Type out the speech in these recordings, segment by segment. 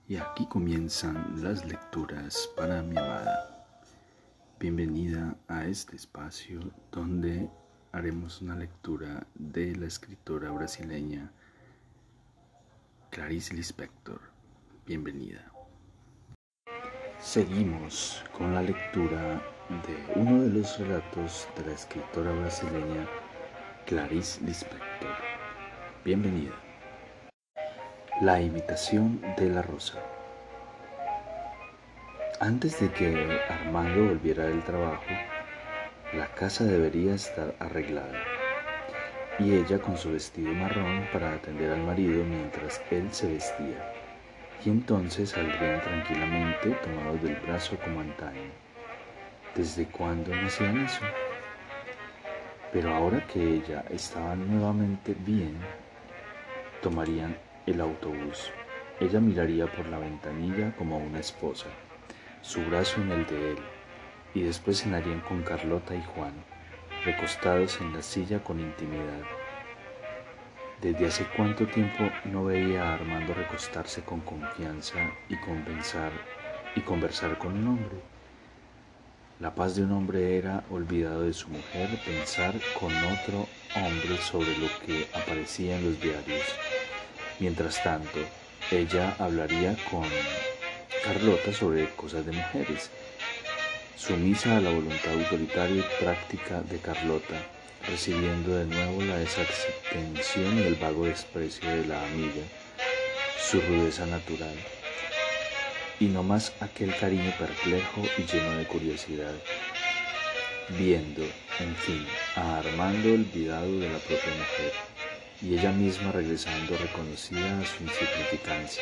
Y aquí comienzan las lecturas para mi amada. Bienvenida a este espacio donde haremos una lectura de la escritora brasileña Clarice Lispector. Bienvenida. Seguimos con la lectura de uno de los relatos de la escritora brasileña Clarice Lispector. Bienvenida. La imitación de la rosa. Antes de que Armando volviera del trabajo, la casa debería estar arreglada, y ella con su vestido marrón para atender al marido mientras él se vestía, y entonces saldrían tranquilamente tomados del brazo como antaño. ¿Desde cuándo no hacían eso? Pero ahora que ella estaba nuevamente bien, tomarían el autobús. Ella miraría por la ventanilla como una esposa, su brazo en el de él, y después cenarían con Carlota y Juan, recostados en la silla con intimidad. ¿Desde hace cuánto tiempo no veía a Armando recostarse con confianza y conversar con un hombre? La paz de un hombre era, olvidado de su mujer, pensar con otro hombre sobre lo que aparecía en los diarios. Mientras tanto, ella hablaría con Carlota sobre cosas de mujeres, sumisa a la voluntad autoritaria y práctica de Carlota, recibiendo de nuevo la desatención y el vago desprecio de la amiga, su rudeza natural, y no más aquel cariño perplejo y lleno de curiosidad, viendo, en fin, a Armando olvidado de la propia mujer, y ella misma regresando reconocida a su insignificancia.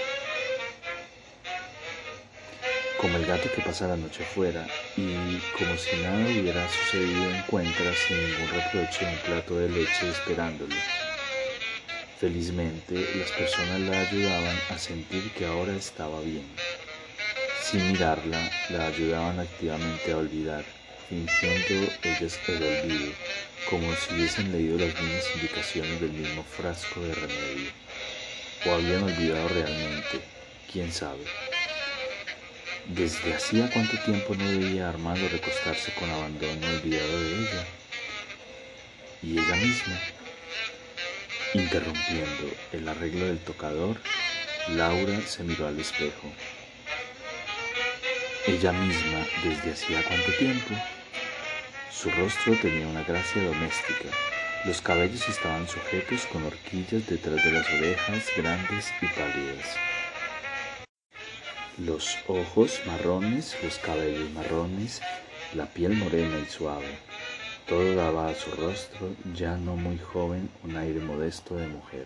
Como el gato que pasa la noche afuera y como si nada hubiera sucedido encuentra sin ningún reproche un plato de leche esperándolo. Felizmente las personas la ayudaban a sentir que ahora estaba bien. Sin mirarla, la ayudaban activamente a olvidar, fingiendo ellas el olvido, como si hubiesen leído las mismas indicaciones del mismo frasco de remedio. O habían olvidado realmente, quién sabe. ¿Desde hacía cuánto tiempo no veía a Armando recostarse con abandono olvidado de ella? Y ella misma, interrumpiendo el arreglo del tocador, Laura se miró al espejo. Ella misma, ¿desde hacía cuánto tiempo? Su rostro tenía una gracia doméstica. Los cabellos estaban sujetos con horquillas detrás de las orejas grandes y pálidas. Los ojos marrones, los cabellos marrones, la piel morena y suave. Todo daba a su rostro, ya no muy joven, un aire modesto de mujer.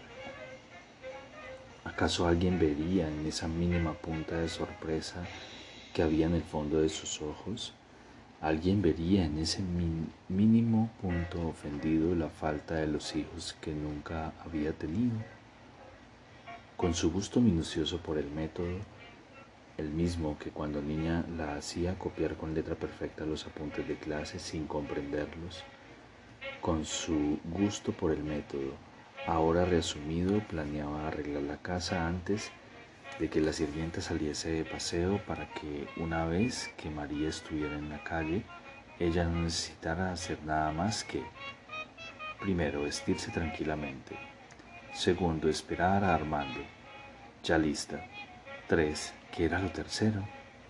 ¿Acaso alguien vería en esa mínima punta de sorpresa que había en el fondo de sus ojos? ¿Alguien vería en ese mínimo punto ofendido la falta de los hijos que nunca había tenido? Con su gusto minucioso por el método, el mismo que cuando niña la hacía copiar con letra perfecta los apuntes de clase sin comprenderlos, con su gusto por el método, ahora reasumido, planeaba arreglar la casa antes de que la sirvienta saliese de paseo para que una vez que María estuviera en la calle, ella no necesitara hacer nada más que, primero, vestirse tranquilamente, segundo, esperar a Armando, ya lista, 3, ¿qué era lo tercero?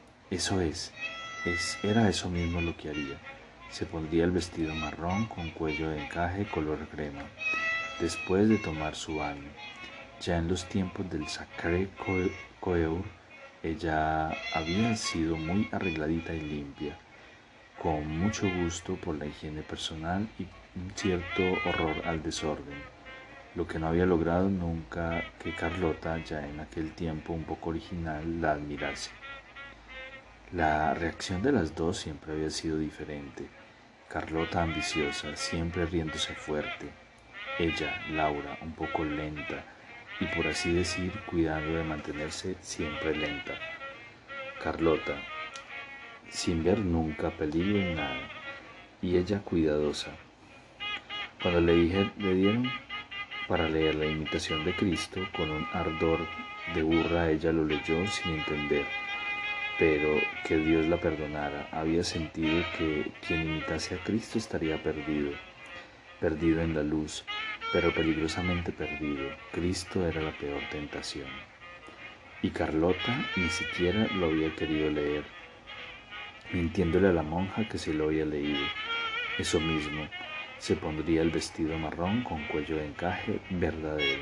Era eso mismo lo que haría. Se pondría el vestido marrón con cuello de encaje color crema, después de tomar su baño. Ya en los tiempos del Sacré-Cœur, ella había sido muy arregladita y limpia, con mucho gusto por la higiene personal y un cierto horror al desorden, lo que no había logrado nunca que Carlota, ya en aquel tiempo un poco original, la admirase. La reacción de las dos siempre había sido diferente. Carlota ambiciosa, siempre riéndose fuerte. Ella, Laura, un poco lenta y por así decir, cuidando de mantenerse siempre lenta. Carlota, sin ver nunca peligro en nada, y ella cuidadosa. Cuando le dieron Para leer la imitación de Cristo con un ardor de burra, ella lo leyó sin entender, pero que Dios la perdonara. Había sentido que quien imitase a Cristo estaría perdido, perdido en la luz, pero peligrosamente perdido. Cristo era la peor tentación. Y Carlota ni siquiera lo había querido leer, mintiéndole a la monja que se lo había leído. Eso mismo, se pondría el vestido marrón con cuello de encaje verdadero.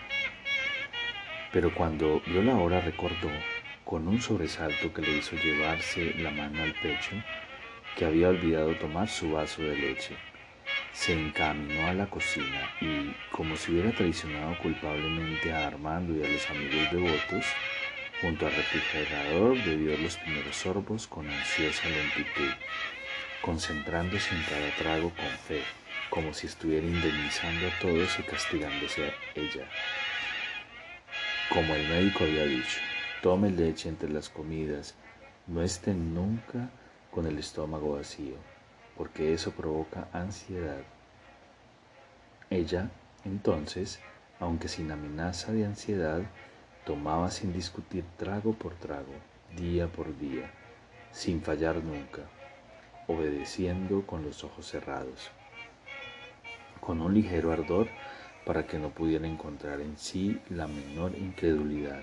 Pero cuando vio la hora recordó, con un sobresalto que le hizo llevarse la mano al pecho, que había olvidado tomar su vaso de leche. Se encaminó a la cocina y, como si hubiera traicionado culpablemente a Armando y a los amigos devotos, junto al refrigerador bebió los primeros sorbos con ansiosa lentitud, concentrándose en cada trago con fe, como si estuviera indemnizando a todos y castigándose a ella. Como el médico había dicho, tome leche entre las comidas, no esté nunca con el estómago vacío, porque eso provoca ansiedad. Ella, entonces, aunque sin amenaza de ansiedad, tomaba sin discutir trago por trago, día por día, sin fallar nunca, obedeciendo con los ojos cerrados, con un ligero ardor para que no pudiera encontrar en sí la menor incredulidad.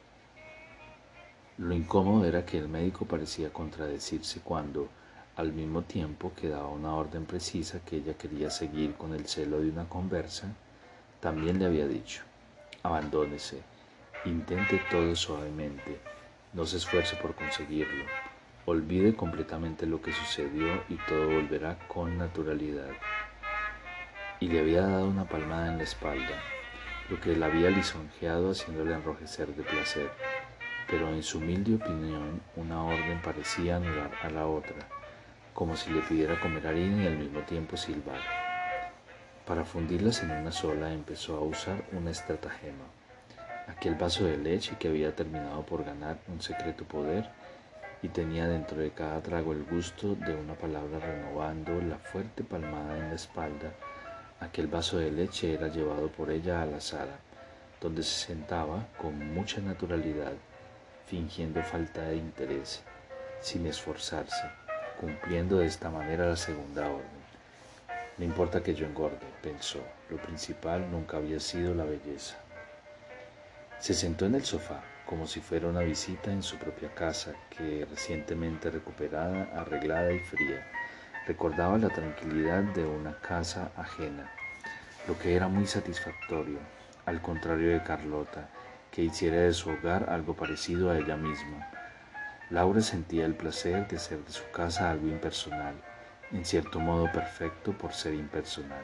Lo incómodo era que el médico parecía contradecirse cuando, al mismo tiempo que daba una orden precisa que ella quería seguir con el celo de una conversa, también le había dicho: abandónese, intente todo suavemente, no se esfuerce por conseguirlo, olvide completamente lo que sucedió y todo volverá con naturalidad. Y le había dado una palmada en la espalda, lo que la había lisonjeado haciéndole enrojecer de placer. Pero en su humilde opinión una orden parecía anular a la otra, como si le pidiera comer harina y al mismo tiempo silbar. Para fundirlas en una sola empezó a usar una estratagema. Aquel vaso de leche que había terminado por ganar un secreto poder y tenía dentro de cada trago el gusto de una palabra renovando la fuerte palmada en la espalda. Aquel vaso de leche era llevado por ella a la sala, donde se sentaba con mucha naturalidad, fingiendo falta de interés, sin esforzarse, cumpliendo de esta manera la segunda orden. No importa que yo engorde, pensó, lo principal nunca había sido la belleza. Se sentó en el sofá, como si fuera una visita en su propia casa, que recientemente recuperada, arreglada y fría, recordaba la tranquilidad de una casa ajena, lo que era muy satisfactorio, al contrario de Carlota, que hiciera de su hogar algo parecido a ella misma. Laura sentía el placer de ser de su casa algo impersonal, en cierto modo perfecto por ser impersonal.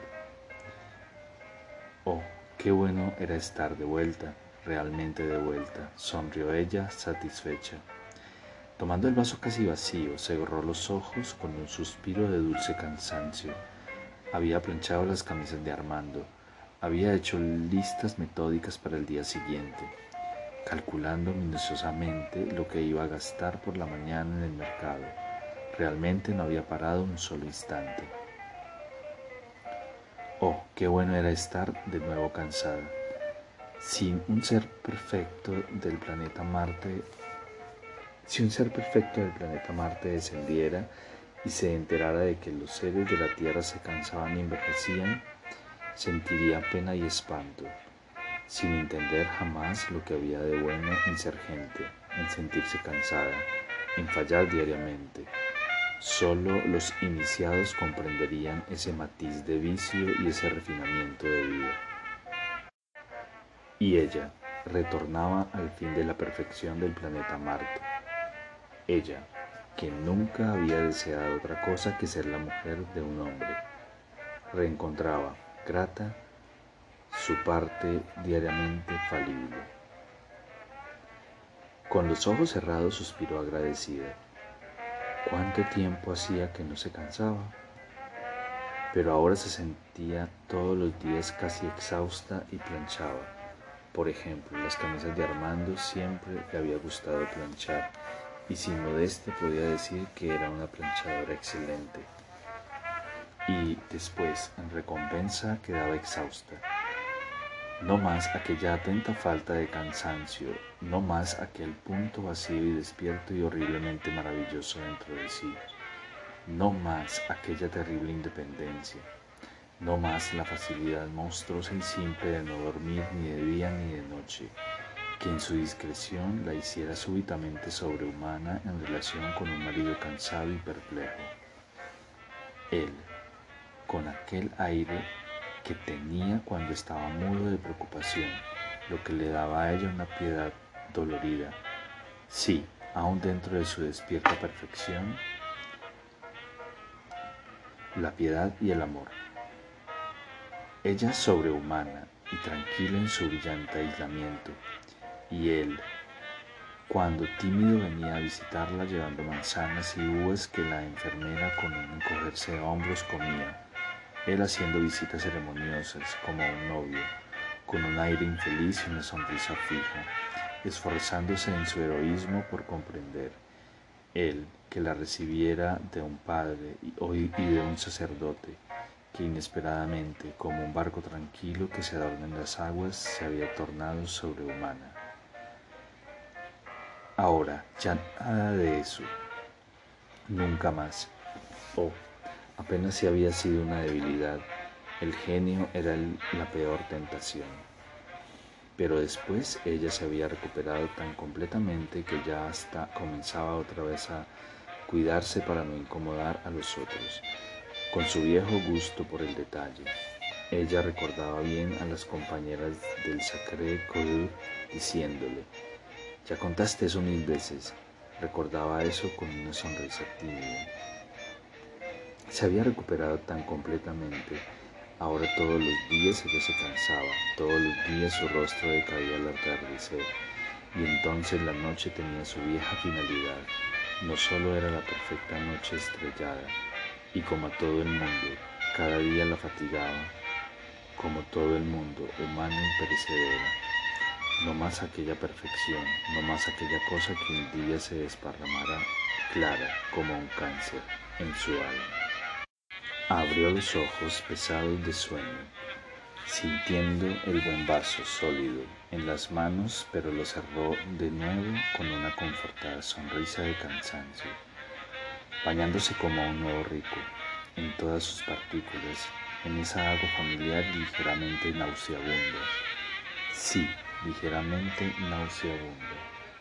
Oh, qué bueno era estar de vuelta, realmente de vuelta, sonrió ella, satisfecha. Tomando el vaso casi vacío, cerró los ojos con un suspiro de dulce cansancio. Había planchado las camisas de Armando, había hecho listas metódicas para el día siguiente, calculando minuciosamente lo que iba a gastar por la mañana en el mercado. Realmente no había parado un solo instante. Oh, qué bueno era estar de nuevo cansada. Si un ser perfecto del planeta Marte descendiera y se enterara de que los seres de la Tierra se cansaban y envejecían, sentiría pena y espanto, sin entender jamás lo que había de bueno en ser gente, en sentirse cansada, en fallar diariamente. Solo los iniciados comprenderían ese matiz de vicio y ese refinamiento de vida. Y ella retornaba al fin de la perfección del planeta Marte. Ella, que nunca había deseado otra cosa que ser la mujer de un hombre, reencontraba, grata, su parte diariamente falible. Con los ojos cerrados suspiró agradecida. ¿Cuánto tiempo hacía que no se cansaba? Pero ahora se sentía todos los días casi exhausta y planchaba. Por ejemplo, las camisas de Armando siempre le había gustado planchar y sin modestia podía decir que era una planchadora excelente. Y después, en recompensa, quedaba exhausta. no más aquella atenta falta de cansancio, no más aquel punto vacío y despierto y horriblemente maravilloso dentro de sí, no más aquella terrible independencia, no más la facilidad monstruosa y simple de no dormir ni de día ni de noche, que en su discreción la hiciera súbitamente sobrehumana en relación con un marido cansado y perplejo. Él, con aquel aire que tenía cuando estaba mudo de preocupación, lo que le daba a ella una piedad dolorida, sí, aún dentro de su despierta perfección, la piedad y el amor. Ella sobrehumana y tranquila en su brillante aislamiento, y él, cuando tímido venía a visitarla llevando manzanas y uvas que la enfermera con un encogerse de hombros comía, él haciendo visitas ceremoniosas como un novio, con un aire infeliz y una sonrisa fija, esforzándose en su heroísmo por comprender, él que la recibiera de un padre y de un sacerdote, que inesperadamente, como un barco tranquilo que se adorna en las aguas, se había tornado sobrehumana. Ahora, ya nada de eso, nunca más. Oh, apenas si había sido una debilidad, el genio era la peor tentación. Pero después ella se había recuperado tan completamente que ya hasta comenzaba otra vez a cuidarse para no incomodar a los otros, con su viejo gusto por el detalle. Ella recordaba bien a las compañeras del Sacré-Cœur diciéndole, «Ya contaste eso 1000 veces». Recordaba eso con una sonrisa tímida. Se había recuperado tan completamente. Ahora todos los días ella se cansaba, todos los días su rostro decaía al atardecer, y entonces la noche tenía su vieja finalidad. No solo era la perfecta noche estrellada, y como a todo el mundo, cada día la fatigaba, como todo el mundo, humana y perecedera. No más aquella perfección, no más aquella cosa que un día se desparramara clara como un cáncer en su alma. Abrió los ojos pesados de sueño, sintiendo el buen vaso sólido en las manos, pero lo cerró de nuevo con una confortada sonrisa de cansancio, bañándose como un nuevo rico, en todas sus partículas, en esa agua familiar ligeramente nauseabunda. Sí, ligeramente nauseabunda.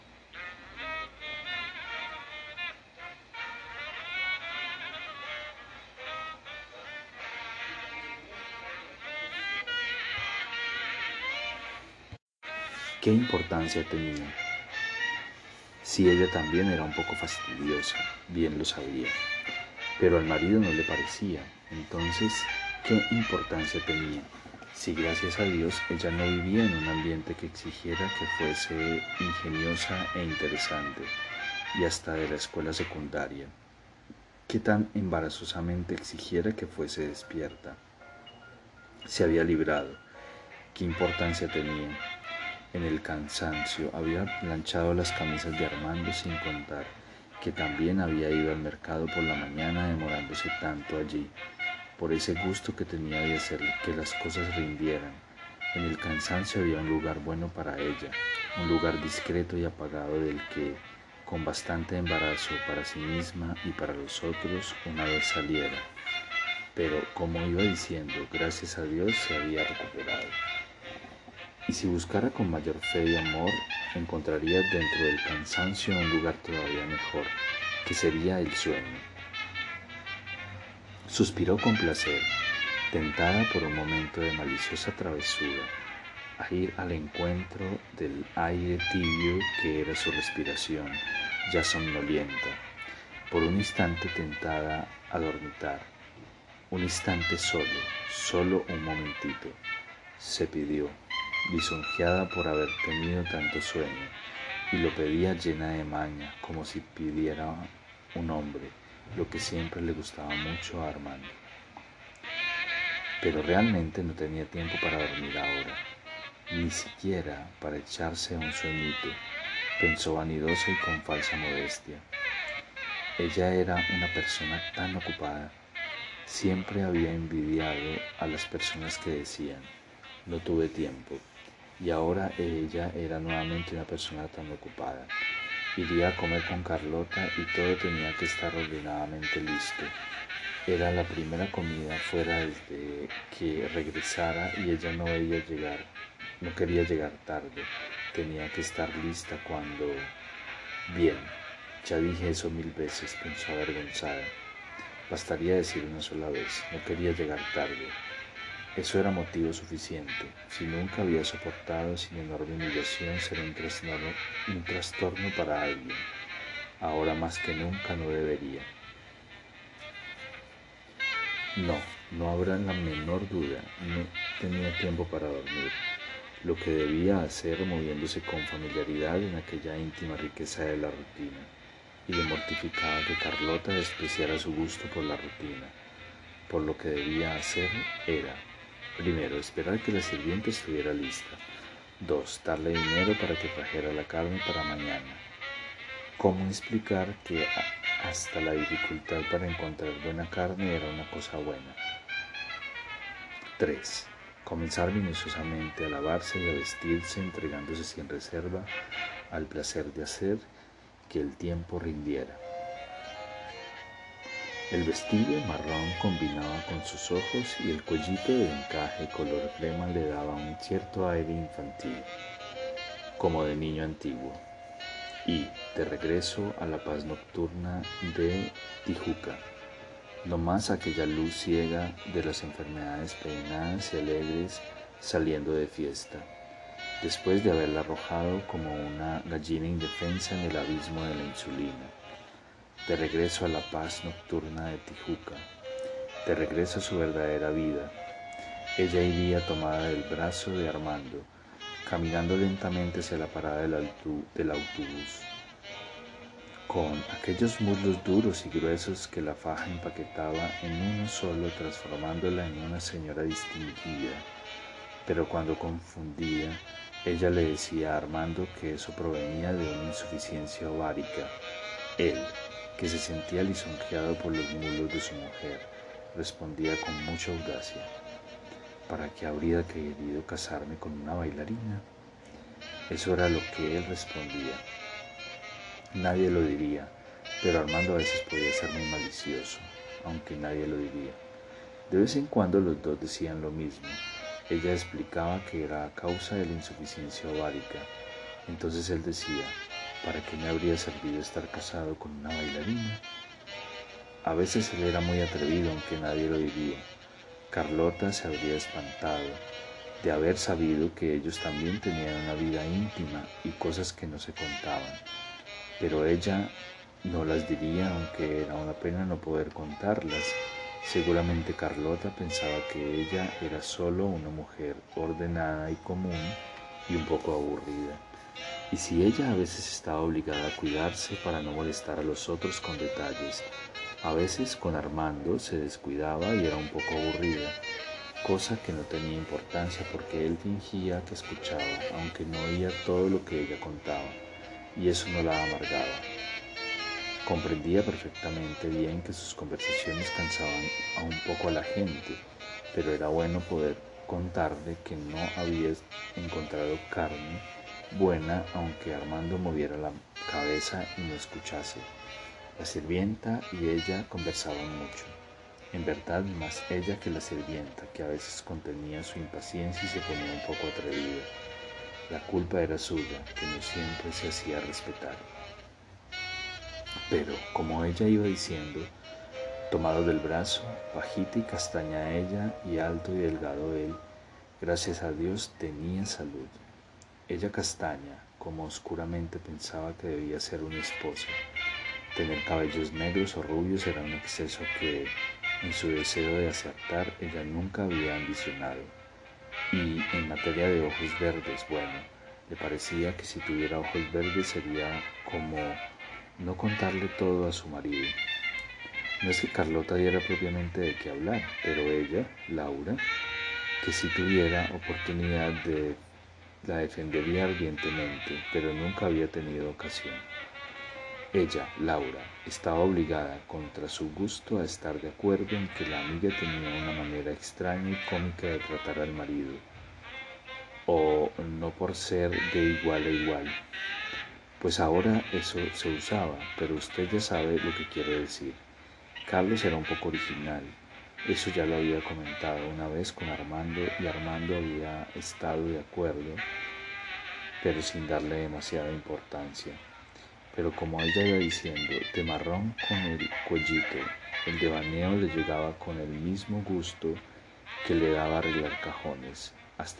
¿Qué importancia tenía? Si ella también era un poco fastidiosa, bien lo sabía, pero al marido no le parecía. Entonces, ¿qué importancia tenía? Si gracias a Dios ella no vivía en un ambiente que exigiera que fuese ingeniosa e interesante, y hasta de la escuela secundaria, que tan embarazosamente exigiera que fuese despierta. Se había librado. ¿Qué importancia tenía? En el cansancio había planchado las camisas de Armando sin contar que también había ido al mercado por la mañana demorándose tanto allí, por ese gusto que tenía de hacer que las cosas rindieran. En el cansancio había un lugar bueno para ella, un lugar discreto y apagado del que, con bastante embarazo para sí misma y para los otros, una vez saliera. Pero, como iba diciendo, gracias a Dios se había recuperado. Y si buscara con mayor fe y amor, encontraría dentro del cansancio un lugar todavía mejor, que sería el sueño. Suspiró con placer, tentada por un momento de maliciosa travesura, a ir al encuentro del aire tibio que era su respiración, ya somnolienta, por un instante tentada a dormitar, un instante solo un momentito. Se pidió, lisonjeada por haber tenido tanto sueño, y lo pedía llena de maña, como si pidiera un hombre, lo que siempre le gustaba mucho a Armando. Pero realmente no tenía tiempo para dormir ahora, ni siquiera para echarse un sueñito, pensó vanidosa y con falsa modestia. Ella era una persona tan ocupada. Siempre había envidiado a las personas que decían, No tuve tiempo. Y ahora ella era nuevamente una persona tan ocupada. Iría a comer con Carlota y todo tenía que estar ordenadamente listo. Era la primera comida fuera desde que regresara y ella no quería llegar tarde. Tenía que estar lista cuando... Bien, ya dije eso 1000 veces, pensó avergonzada. Bastaría decir una sola vez, no quería llegar tarde. Eso era motivo suficiente. Si nunca había soportado sin enorme humillación ser un trastorno para alguien, ahora más que nunca no debería. No, no habrá la menor duda, no tenía tiempo para dormir. Lo que debía hacer moviéndose con familiaridad en aquella íntima riqueza de la rutina, y le mortificaba que Carlota despreciara su gusto por la rutina. Por lo que debía hacer era, primero, esperar que la sirvienta estuviera lista. 2. Darle dinero para que trajera la carne para mañana. ¿Cómo explicar que hasta la dificultad para encontrar buena carne era una cosa buena? 3. Comenzar minuciosamente a lavarse y a vestirse, entregándose sin reserva al placer de hacer que el tiempo rindiera. El vestido marrón combinaba con sus ojos y el cuellito de encaje color crema le daba un cierto aire infantil, como de niño antiguo. Y, de regreso a la paz nocturna de Tijuca, no más aquella luz ciega de las enfermedades peinadas y alegres saliendo de fiesta, después de haberla arrojado como una gallina indefensa en el abismo de la insulina. De regreso a la paz nocturna de Tijuca, de regreso a su verdadera vida. Ella iría tomada del brazo de Armando, caminando lentamente hacia la parada del autobús, con aquellos muslos duros y gruesos que la faja empaquetaba en uno solo, transformándola en una señora distinguida. Pero cuando confundida, ella le decía a Armando que eso provenía de una insuficiencia ovárica. Él, que se sentía lisonjeado por los muslos de su mujer, respondía con mucha audacia: ¿para qué habría querido casarme con una bailarina? Eso era lo que él respondía. Nadie lo diría, pero Armando a veces podía ser muy malicioso, aunque nadie lo diría. De vez en cuando los dos decían lo mismo. Ella explicaba que era a causa de la insuficiencia ovárica. Entonces él decía: ¿para qué me habría servido estar casado con una bailarina? A veces él era muy atrevido, aunque nadie lo diría. Carlota se habría espantado de haber sabido que ellos también tenían una vida íntima y cosas que no se contaban. Pero ella no las diría, aunque era una pena no poder contarlas. Seguramente Carlota pensaba que ella era solo una mujer ordenada y común y un poco aburrida. Y si ella a veces estaba obligada a cuidarse para no molestar a los otros con detalles, a veces con Armando se descuidaba y era un poco aburrida, cosa que no tenía importancia porque él fingía que escuchaba, aunque no oía todo lo que ella contaba, y eso no la amargaba. Comprendía perfectamente bien que sus conversaciones cansaban a un poco a la gente, pero era bueno poder contarle que no había encontrado carne buena aunque Armando moviera la cabeza y no escuchase. La sirvienta y ella conversaban mucho. En verdad, más ella que la sirvienta, que a veces contenía su impaciencia y se ponía un poco atrevida. La culpa era suya, que no siempre se hacía respetar. Pero, como ella iba diciendo, tomado del brazo, bajita y castaña ella y alto y delgado él, gracias a Dios tenía salud. Ella castaña, como oscuramente pensaba que debía ser una esposa. Tener cabellos negros o rubios era un exceso que, en su deseo de acertar, ella nunca había ambicionado. Y en materia de ojos verdes, bueno, le parecía que si tuviera ojos verdes sería como no contarle todo a su marido. No es que Carlota diera propiamente de qué hablar, pero ella, Laura, que si tuviera oportunidad la defendería ardientemente, pero nunca había tenido ocasión. Ella, Laura, estaba obligada contra su gusto a estar de acuerdo en que la amiga tenía una manera extraña y cómica de tratar al marido. o no por ser de igual a igual. Pues ahora eso se usaba, pero usted ya sabe lo que quiero decir. Carlos era un poco original, eso ya lo había comentado una vez con Armando y Armando había estado de acuerdo, pero sin darle demasiada importancia. Pero como ella iba diciendo, de marrón con el cuellito, el devaneo le llegaba con el mismo gusto que le daba arreglar cajones,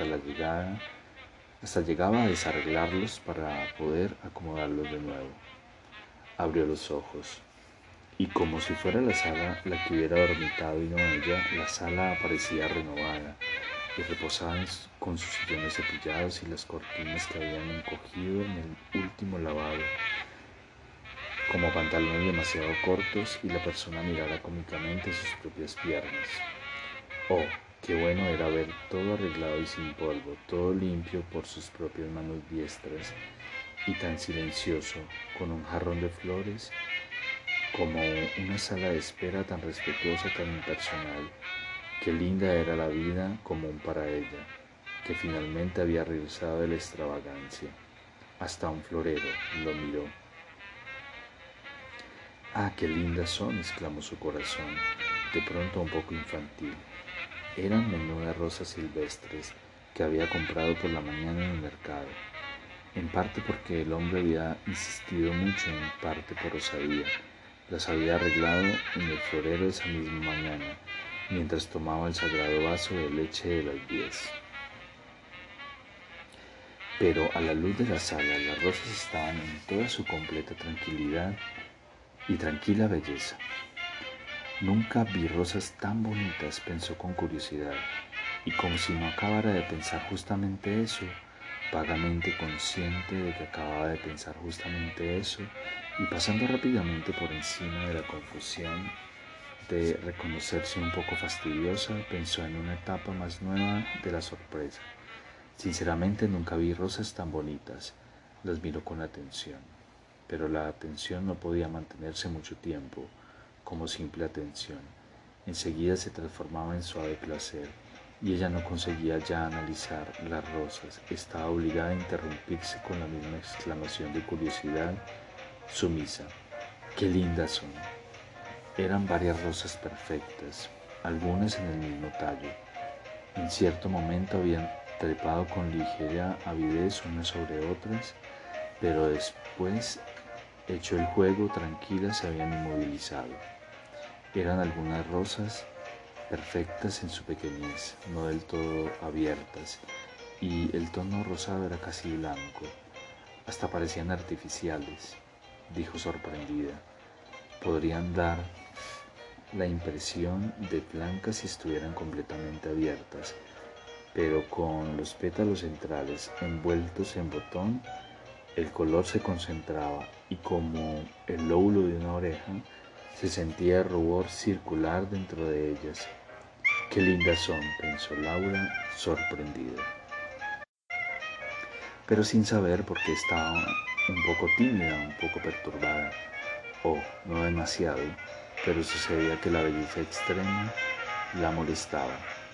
hasta llegaba a desarreglarlos para poder acomodarlos de nuevo. Abrió los ojos, y como si fuera la sala la que hubiera dormitado y no ella, la sala aparecía renovada y reposaba con sus sillones cepillados y las cortinas que habían encogido en el último lavado, como pantalones demasiado cortos y la persona mirara cómicamente sus propias piernas. Oh, qué bueno era ver todo arreglado y sin polvo, todo limpio por sus propias manos diestras y tan silencioso, con un jarrón de flores, como una sala de espera tan respetuosa, tan impersonal. Qué linda era la vida común para ella, que finalmente había regresado de la extravagancia. Hasta un florero lo miró. «Ah, qué lindas son», exclamó su corazón, de pronto un poco infantil. Eran menudas rosas silvestres que había comprado por la mañana en el mercado, en parte porque el hombre había insistido mucho, en parte por osadía. Las había arreglado en el florero esa misma mañana, mientras tomaba el sagrado vaso de leche de las 10. Pero a la luz de la sala las rosas estaban en toda su completa tranquilidad y tranquila belleza. Nunca vi rosas tan bonitas, pensó con curiosidad, y como si no acabara de pensar justamente eso, vagamente consciente de que acababa de pensar justamente eso, y pasando rápidamente por encima de la confusión de reconocerse un poco fastidiosa, pensó en una etapa más nueva de la sorpresa. Sinceramente nunca vi rosas tan bonitas. Las miró con atención, pero la atención no podía mantenerse mucho tiempo como simple atención. Enseguida se transformaba en suave placer, y ella no conseguía ya analizar las rosas. Estaba obligada a interrumpirse con la misma exclamación de curiosidad sumisa. ¡Qué lindas son! Eran varias rosas perfectas, algunas en el mismo tallo. En cierto momento habían trepado con ligera avidez unas sobre otras, pero después, hecho el juego, tranquilas se habían inmovilizado. Eran algunas rosas perfectas en su pequeñez, no del todo abiertas, y el tono rosado era casi blanco, hasta parecían artificiales, dijo sorprendida. Podrían dar la impresión de blancas si estuvieran completamente abiertas, pero con los pétalos centrales envueltos en botón, el color se concentraba y como el lóbulo de una oreja, se sentía el rubor circular dentro de ellas. «Qué lindas son», pensó Laura, sorprendida, pero sin saber por qué estaba un poco tímida, un poco perturbada, o no demasiado, pero sucedía que la belleza extrema la molestaba.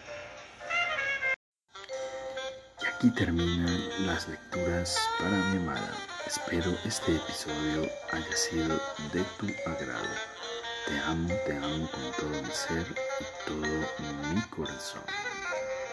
Y aquí terminan las lecturas para mi amada. Espero este episodio haya sido de tu agrado. Te amo con todo mi ser y todo mi corazón.